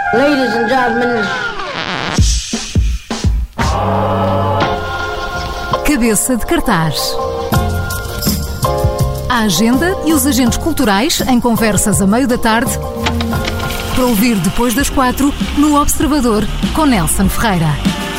Ladies and gentlemen. Cabeça de cartaz. A agenda e os agentes culturais em conversas a meio da tarde, para ouvir depois das 4 no Observador com Nelson Ferreira.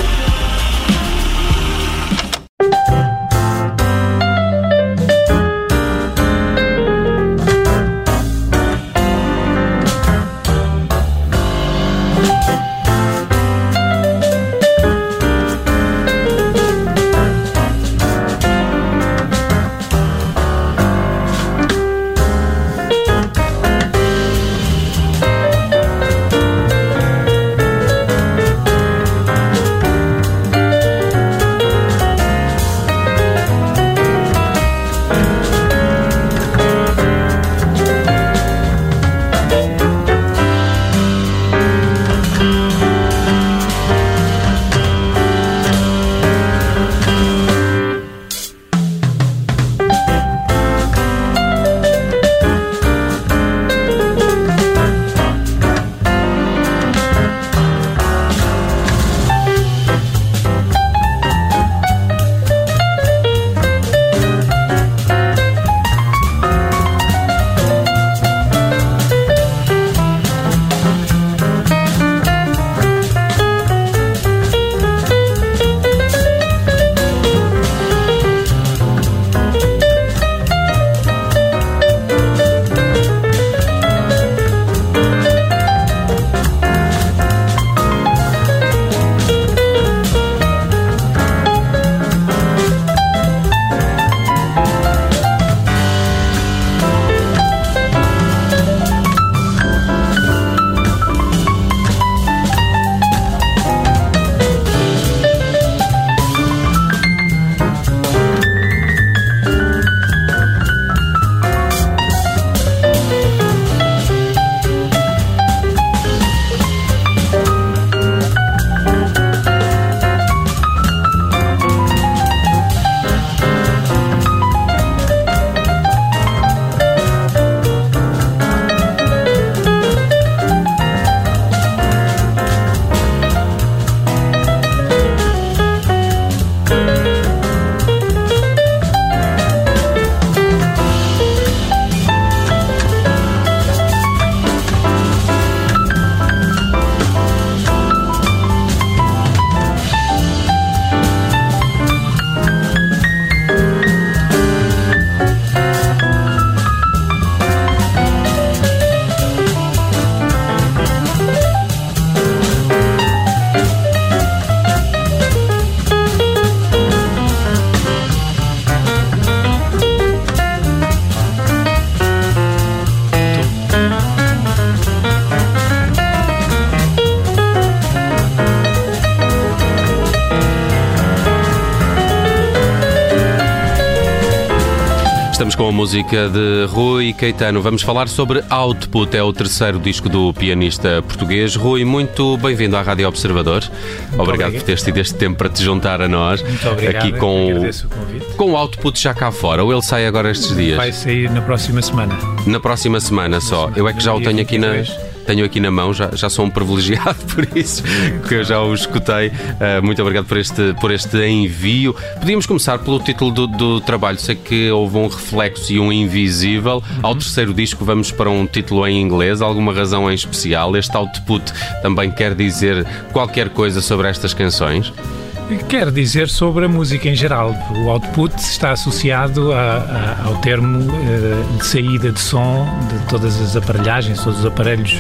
Estamos com a música de Rui Caetano. Vamos falar sobre Output, é o terceiro disco do pianista português. Rui, muito bem-vindo à Rádio Observador. Obrigado por teres tido este tempo para te juntar a nós. Muito obrigado, aqui agradeço o convite. Com o Output já cá fora, ou ele sai agora estes dias? Vai sair na próxima semana. Na próxima semana só. Eu é que já o tenho aqui na mão, já sou um privilegiado por isso, que eu já o escutei. Muito obrigado por este envio. Podíamos começar pelo título do trabalho. Sei que houve um reflexo e um invisível. Ao terceiro disco vamos para um título em inglês. Alguma razão em especial? Este Output também quer dizer qualquer coisa sobre estas canções? Quer dizer sobre a música em geral. O output está associado ao termo de saída de som de todas as aparelhagens, todos os aparelhos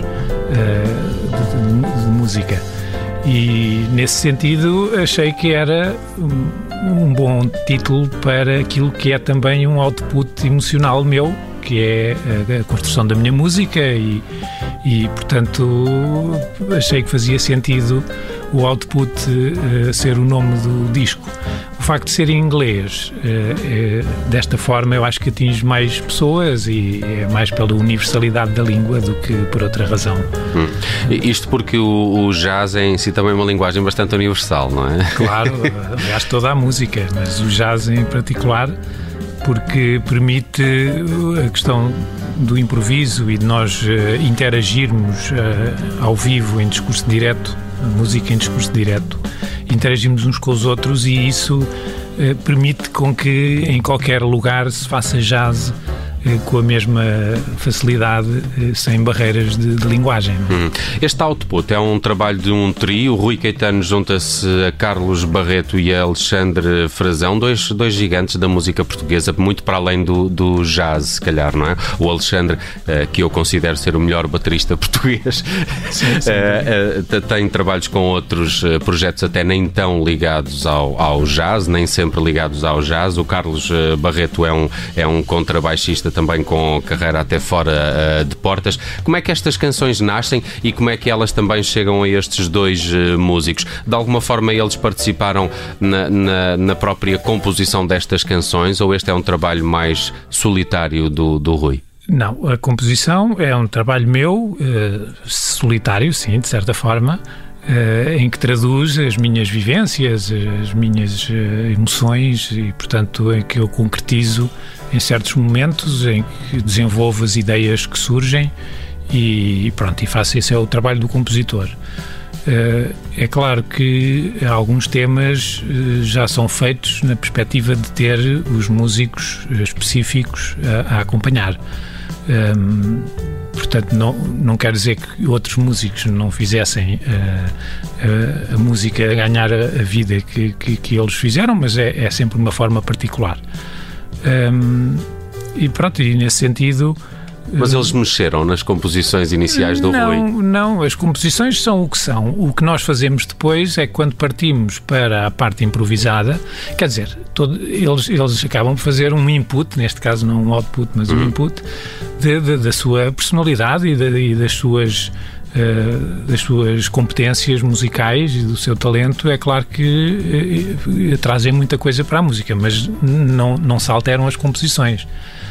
de música. E nesse sentido achei que era um bom título para aquilo que é também um output emocional meu, que é a construção da minha música e portanto achei que fazia sentido o Output ser o nome do disco. O facto de ser em inglês, desta forma, eu acho que atinge mais pessoas e é mais pela universalidade da língua do que por outra razão. Isto porque o jazz é em si também uma linguagem bastante universal, não é? Claro, aliás, toda a música, mas o jazz em particular, porque permite a questão do improviso e de nós interagirmos ao vivo, em discurso direto, música em discurso direto, interagimos uns com os outros, e isso permite com que em qualquer lugar se faça jazz com a mesma facilidade, sem barreiras de linguagem. Este output é um trabalho de um trio. O Rui Caetano junta-se a Carlos Barreto e a Alexandre Frazão, dois gigantes da música portuguesa, muito para além do jazz, se calhar, não é? O Alexandre, que eu considero ser o melhor baterista português, tem trabalhos com outros projetos até nem tão ligados ao jazz, nem sempre ligados ao jazz. O Carlos Barreto é um contrabaixista também com carreira até fora de portas. Como é que estas canções nascem e como é que elas também chegam a estes dois músicos? De alguma forma eles participaram na própria composição destas canções, ou este é um trabalho mais solitário do Rui? Não, a composição é um trabalho meu, solitário, sim, de certa forma, em que traduz as minhas vivências, as minhas emoções, e, portanto, em que eu concretizo em certos momentos, em que desenvolvo as ideias que surgem e pronto, e faço. Esse é o trabalho do compositor. É claro que alguns temas já são feitos na perspectiva de ter os músicos específicos a acompanhar. Portanto, não quer dizer que outros músicos não fizessem a música ganhar a vida que eles fizeram, mas é sempre uma forma particular. E pronto, e nesse sentido... Mas eles mexeram nas composições iniciais do Rui? Não, as composições são o que são. O que nós fazemos depois é, quando partimos para a parte improvisada, quer dizer, eles acabam por fazer um input, neste caso não um output, mas um input da sua personalidade e das suas competências musicais e do seu talento. É claro que trazem muita coisa para a música, mas não se alteram as composições.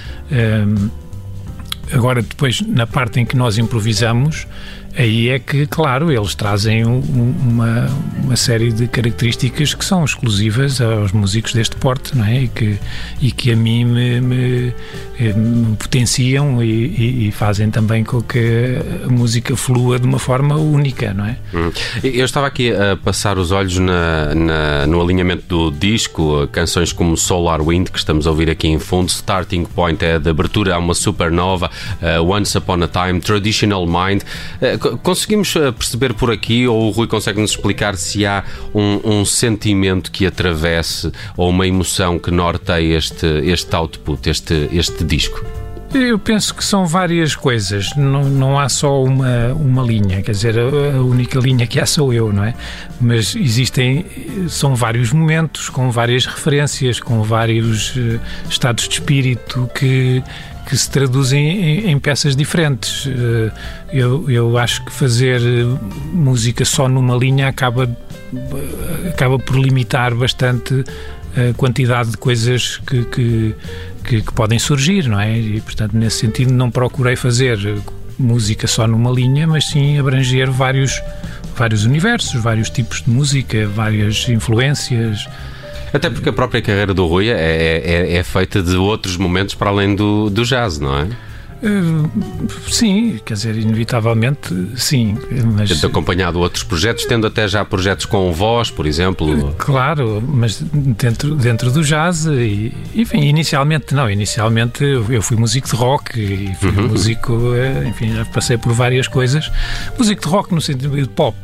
Agora, depois, na parte em que nós improvisamos, aí é que, claro, eles trazem uma série de características que são exclusivas aos músicos deste porte, não é? E que a mim me potenciam e fazem também com que a música flua de uma forma única, não é? Eu estava aqui a passar os olhos no alinhamento do disco, canções como Solar Wind, que estamos a ouvir aqui em fundo, Starting Point é de abertura a uma supernova, Once Upon a Time, Traditional Mind. Conseguimos perceber por aqui, ou o Rui consegue-nos explicar, se há um sentimento que atravesse ou uma emoção que norteia este output, este disco? Eu penso que são várias coisas, não há só uma linha, quer dizer, a única linha que há sou eu, não é? Mas são vários momentos, com várias referências, com vários estados de espírito que se traduzem em peças diferentes. Eu acho que fazer música só numa linha acaba por limitar bastante a quantidade de coisas que podem surgir, não é? E, portanto, nesse sentido, não procurei fazer música só numa linha, mas sim abranger vários universos, vários tipos de música, várias influências. Até porque a própria carreira do Rui é feita de outros momentos para além do jazz, não é? Sim, quer dizer, inevitavelmente sim, mas... Tendo acompanhado outros projetos, tendo até já projetos com voz, por exemplo. Claro, mas dentro do jazz, enfim, inicialmente eu fui músico de rock e fui músico, enfim, já passei por várias coisas. Músico de rock no sentido de pop.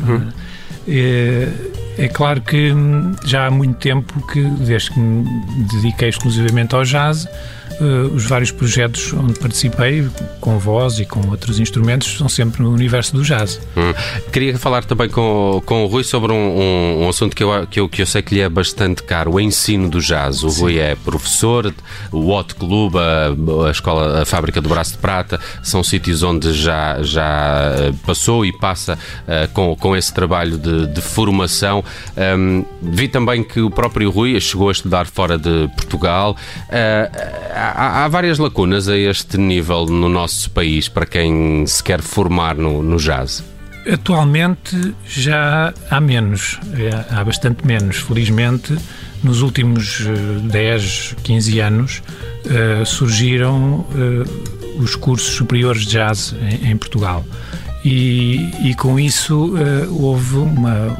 É claro que já há muito tempo desde que me dediquei exclusivamente ao jazz, os vários projetos onde participei, com voz e com outros instrumentos, são sempre no universo do jazz. Queria falar também com o Rui sobre um assunto que eu sei que lhe é bastante caro, o ensino do jazz. O Rui é professor, o Hot Club, a escola, a Fábrica do Braço de Prata, são sítios onde já passou e passa com esse trabalho de formação. Vi também que o próprio Rui chegou a estudar fora de Portugal. Há várias lacunas a este nível no nosso país para quem se quer formar no jazz. Atualmente já há menos, há bastante menos. Felizmente, nos últimos 10, 15 anos surgiram os cursos superiores de jazz em Portugal e com isso houve uma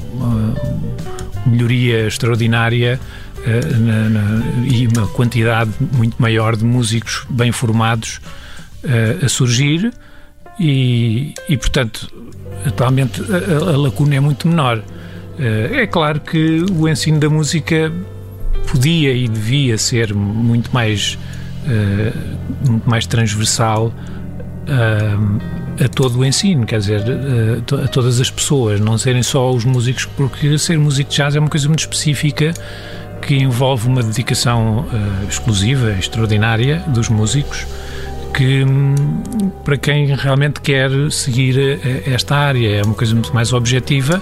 melhoria extraordinária e uma quantidade muito maior de músicos bem formados a surgir e portanto, atualmente a lacuna é muito menor. É claro que o ensino da música podia e devia ser muito mais transversal a todo o ensino, quer dizer, a todas as pessoas, não serem só os músicos, porque ser músico de jazz é uma coisa muito específica que envolve uma dedicação exclusiva, extraordinária dos músicos, que para quem realmente quer seguir esta área é uma coisa muito mais objetiva.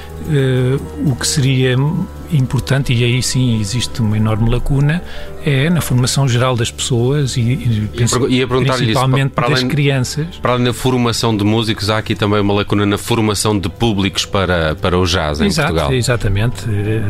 O que seria importante, e aí sim existe uma enorme lacuna, é na formação geral das pessoas e principalmente das crianças. Para além da formação de músicos, há aqui também uma lacuna na formação de públicos para o jazz em Portugal. Exatamente.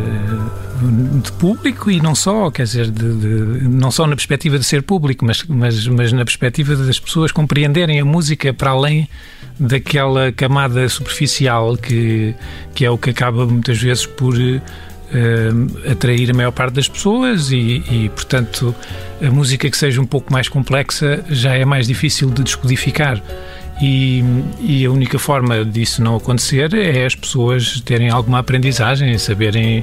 De público e não só, quer dizer, não só na perspectiva de ser público, mas na perspectiva das pessoas compreenderem a música para além daquela camada superficial que é o que acaba muitas vezes por atrair a maior parte das pessoas e, portanto, a música que seja um pouco mais complexa já é mais difícil de descodificar. E a única forma disso não acontecer é as pessoas terem alguma aprendizagem, saberem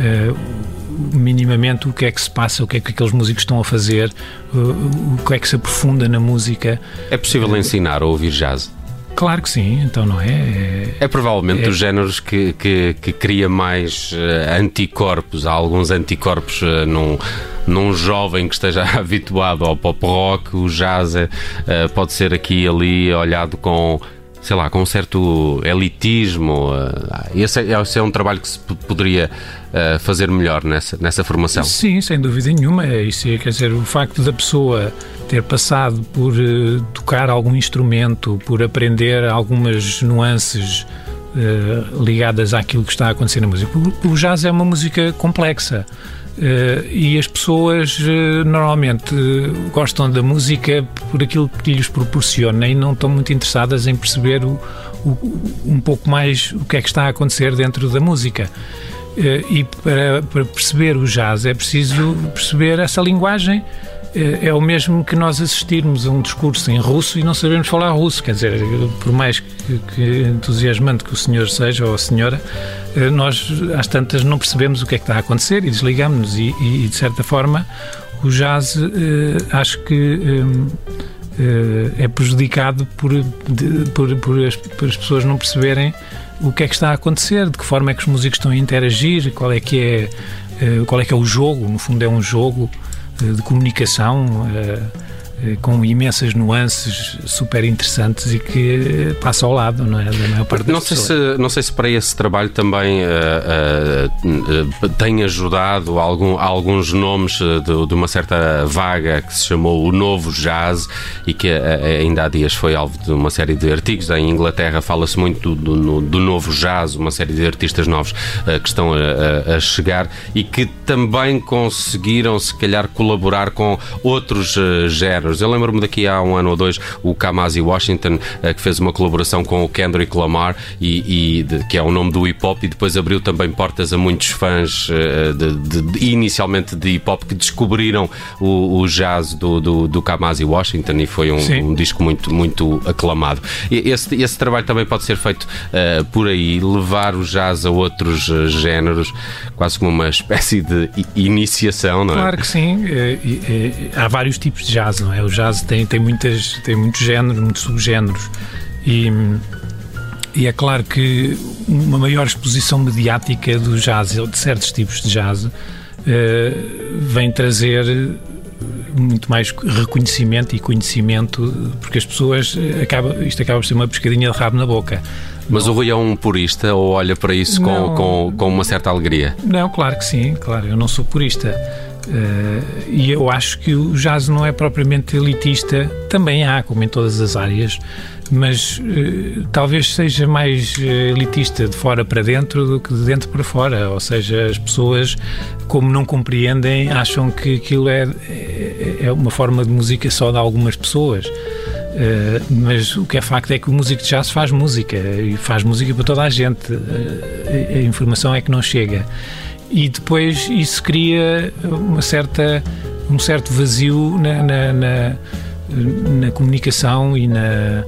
minimamente o que é que se passa, o que é que aqueles músicos estão a fazer, o que é que se aprofunda na música. É possível ensinar a ouvir jazz? Claro que sim, então não é? É provavelmente dos géneros que cria mais anticorpos. Há alguns anticorpos num jovem que esteja habituado ao pop rock. O jazz pode ser aqui e ali olhado com, sei lá, com um certo elitismo. Esse é um trabalho que se poderia fazer melhor nessa formação. Sim, sem dúvida nenhuma. Isso quer dizer, o facto da pessoa ter passado por tocar algum instrumento, por aprender algumas nuances ligadas àquilo que está a acontecer na música. O jazz é uma música complexa. E as pessoas normalmente gostam da música por aquilo que lhes proporciona e não estão muito interessadas em perceber um pouco mais o que é que está a acontecer dentro da música. E para perceber o jazz é preciso perceber essa linguagem. É o mesmo que nós assistirmos a um discurso em russo e não sabermos falar russo. Quer dizer, por mais que entusiasmante que o senhor seja ou a senhora, nós às tantas não percebemos o que é que está a acontecer e desligamos-nos e de certa forma o jazz acho que é prejudicado por as pessoas não perceberem o que é que está a acontecer, de que forma é que os músicos estão a interagir, qual é que é o jogo. No fundo é um jogo de comunicação com imensas nuances super interessantes e que passa ao lado, não é? Da maior parte das pessoas. Não sei se para esse trabalho também tem ajudado alguns nomes de uma certa vaga que se chamou o Novo Jazz e que ainda há dias foi alvo de uma série de artigos. Em Inglaterra fala-se muito do Novo Jazz, uma série de artistas novos que estão a chegar e que também conseguiram, se calhar, colaborar com outros géneros. Eu lembro-me daqui há um ano ou dois o Kamasi Washington, que fez uma colaboração com o Kendrick Lamar que é o nome do hip-hop, e depois abriu também portas a muitos fãs inicialmente de hip-hop que descobriram o jazz do Kamasi Washington, e foi um disco muito, muito aclamado. Esse trabalho também pode ser feito por aí, levar o jazz a outros géneros, quase como uma espécie de iniciação, não é? Claro que sim. Há vários tipos de jazz, não é? O jazz tem muitos géneros, muitos subgéneros e é claro que uma maior exposição mediática do jazz, de certos tipos de jazz, vem trazer muito mais reconhecimento e conhecimento, porque as pessoas isto acaba por ser uma pescadinha de rabo na boca. Mas o Rui é um purista ou olha para isso com uma certa alegria? Não, claro que sim, claro, eu não sou purista. E eu acho que o jazz não é propriamente elitista, também há, como em todas as áreas, mas talvez seja mais elitista de fora para dentro do que de dentro para fora, ou seja, as pessoas, como não compreendem, acham que aquilo é uma forma de música só de algumas pessoas. Mas o que é facto é que o músico de jazz faz música e faz música para toda a gente. A informação é que não chega, e depois isso cria um certo vazio na comunicação e na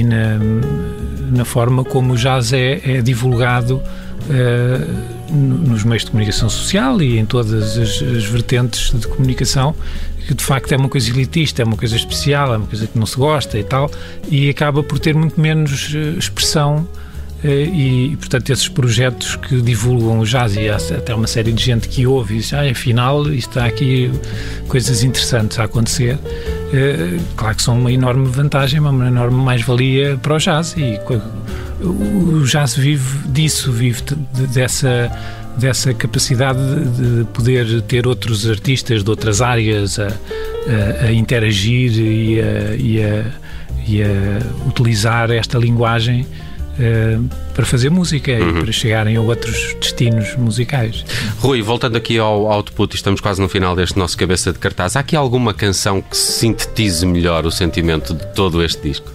forma como o jazz é divulgado nos meios de comunicação social e em todas as vertentes de comunicação, que de facto é uma coisa elitista, é uma coisa especial, é uma coisa que não se gosta e tal, e acaba por ter muito menos expressão. E portanto, esses projetos que divulgam o jazz, e há até uma série de gente que ouve e diz, afinal, está aqui coisas interessantes a acontecer. Claro que são uma enorme vantagem, uma enorme mais-valia para o jazz, e o jazz vive disso, vive dessa capacidade de poder ter outros artistas de outras áreas a interagir e a utilizar esta linguagem para fazer música e para chegarem a outros destinos musicais. Rui, voltando aqui ao output, estamos quase no final deste nosso cabeça de cartaz. Há aqui alguma canção que sintetize melhor o sentimento de todo este disco?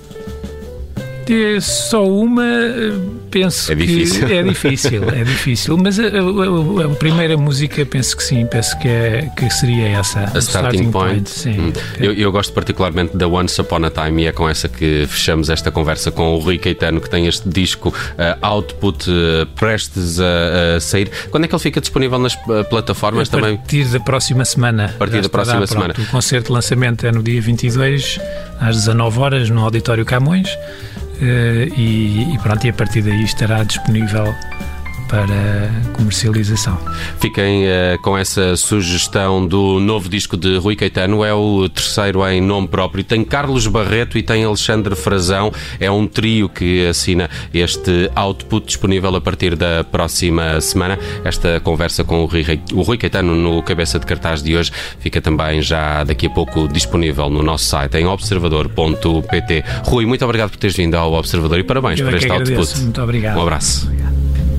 Só uma, penso é difícil. Que é difícil, mas a primeira música penso que sim, penso que seria essa, a Starting Point. Sim. Eu gosto particularmente da Once Upon a Time, e é com essa que fechamos esta conversa com o Rui Caetano, que tem este disco Output prestes a sair. Quando é que ele fica disponível nas plataformas também? A partir da próxima semana. Semana. O concerto de lançamento é no dia 22, às 19 horas, no Auditório Camões. E pronto, e a partir daí estará disponível para comercialização. Fiquem com essa sugestão do novo disco de Rui Caetano. É o terceiro em nome próprio. Tem Carlos Barreto e tem Alexandre Frazão. É um trio que assina este output, disponível a partir da próxima semana. Esta conversa com o Rui Caetano no cabeça de cartaz de hoje fica também já daqui a pouco disponível no nosso site em observador.pt. Rui, muito obrigado por teres vindo ao Observador e parabéns por este output. Muito obrigado. Um abraço. Obrigado.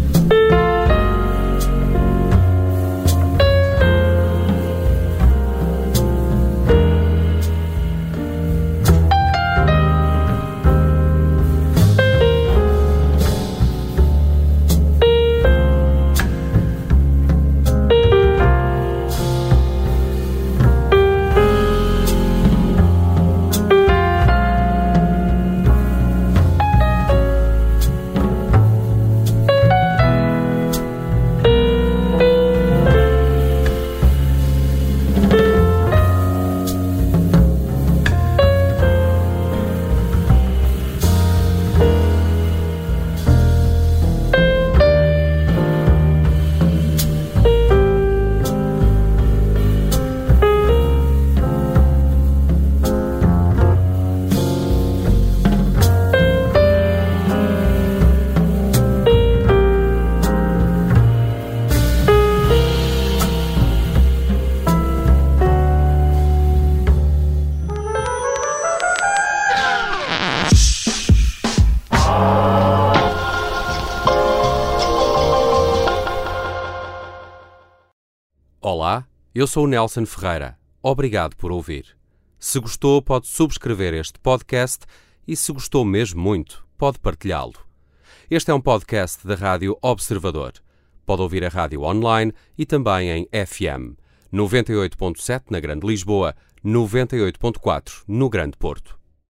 Olá, eu sou o Nelson Ferreira. Obrigado por ouvir. Se gostou, pode subscrever este podcast e, se gostou mesmo muito, pode partilhá-lo. Este é um podcast da Rádio Observador. Pode ouvir a rádio online e também em FM 98.7 na Grande Lisboa, 98.4 no Grande Porto.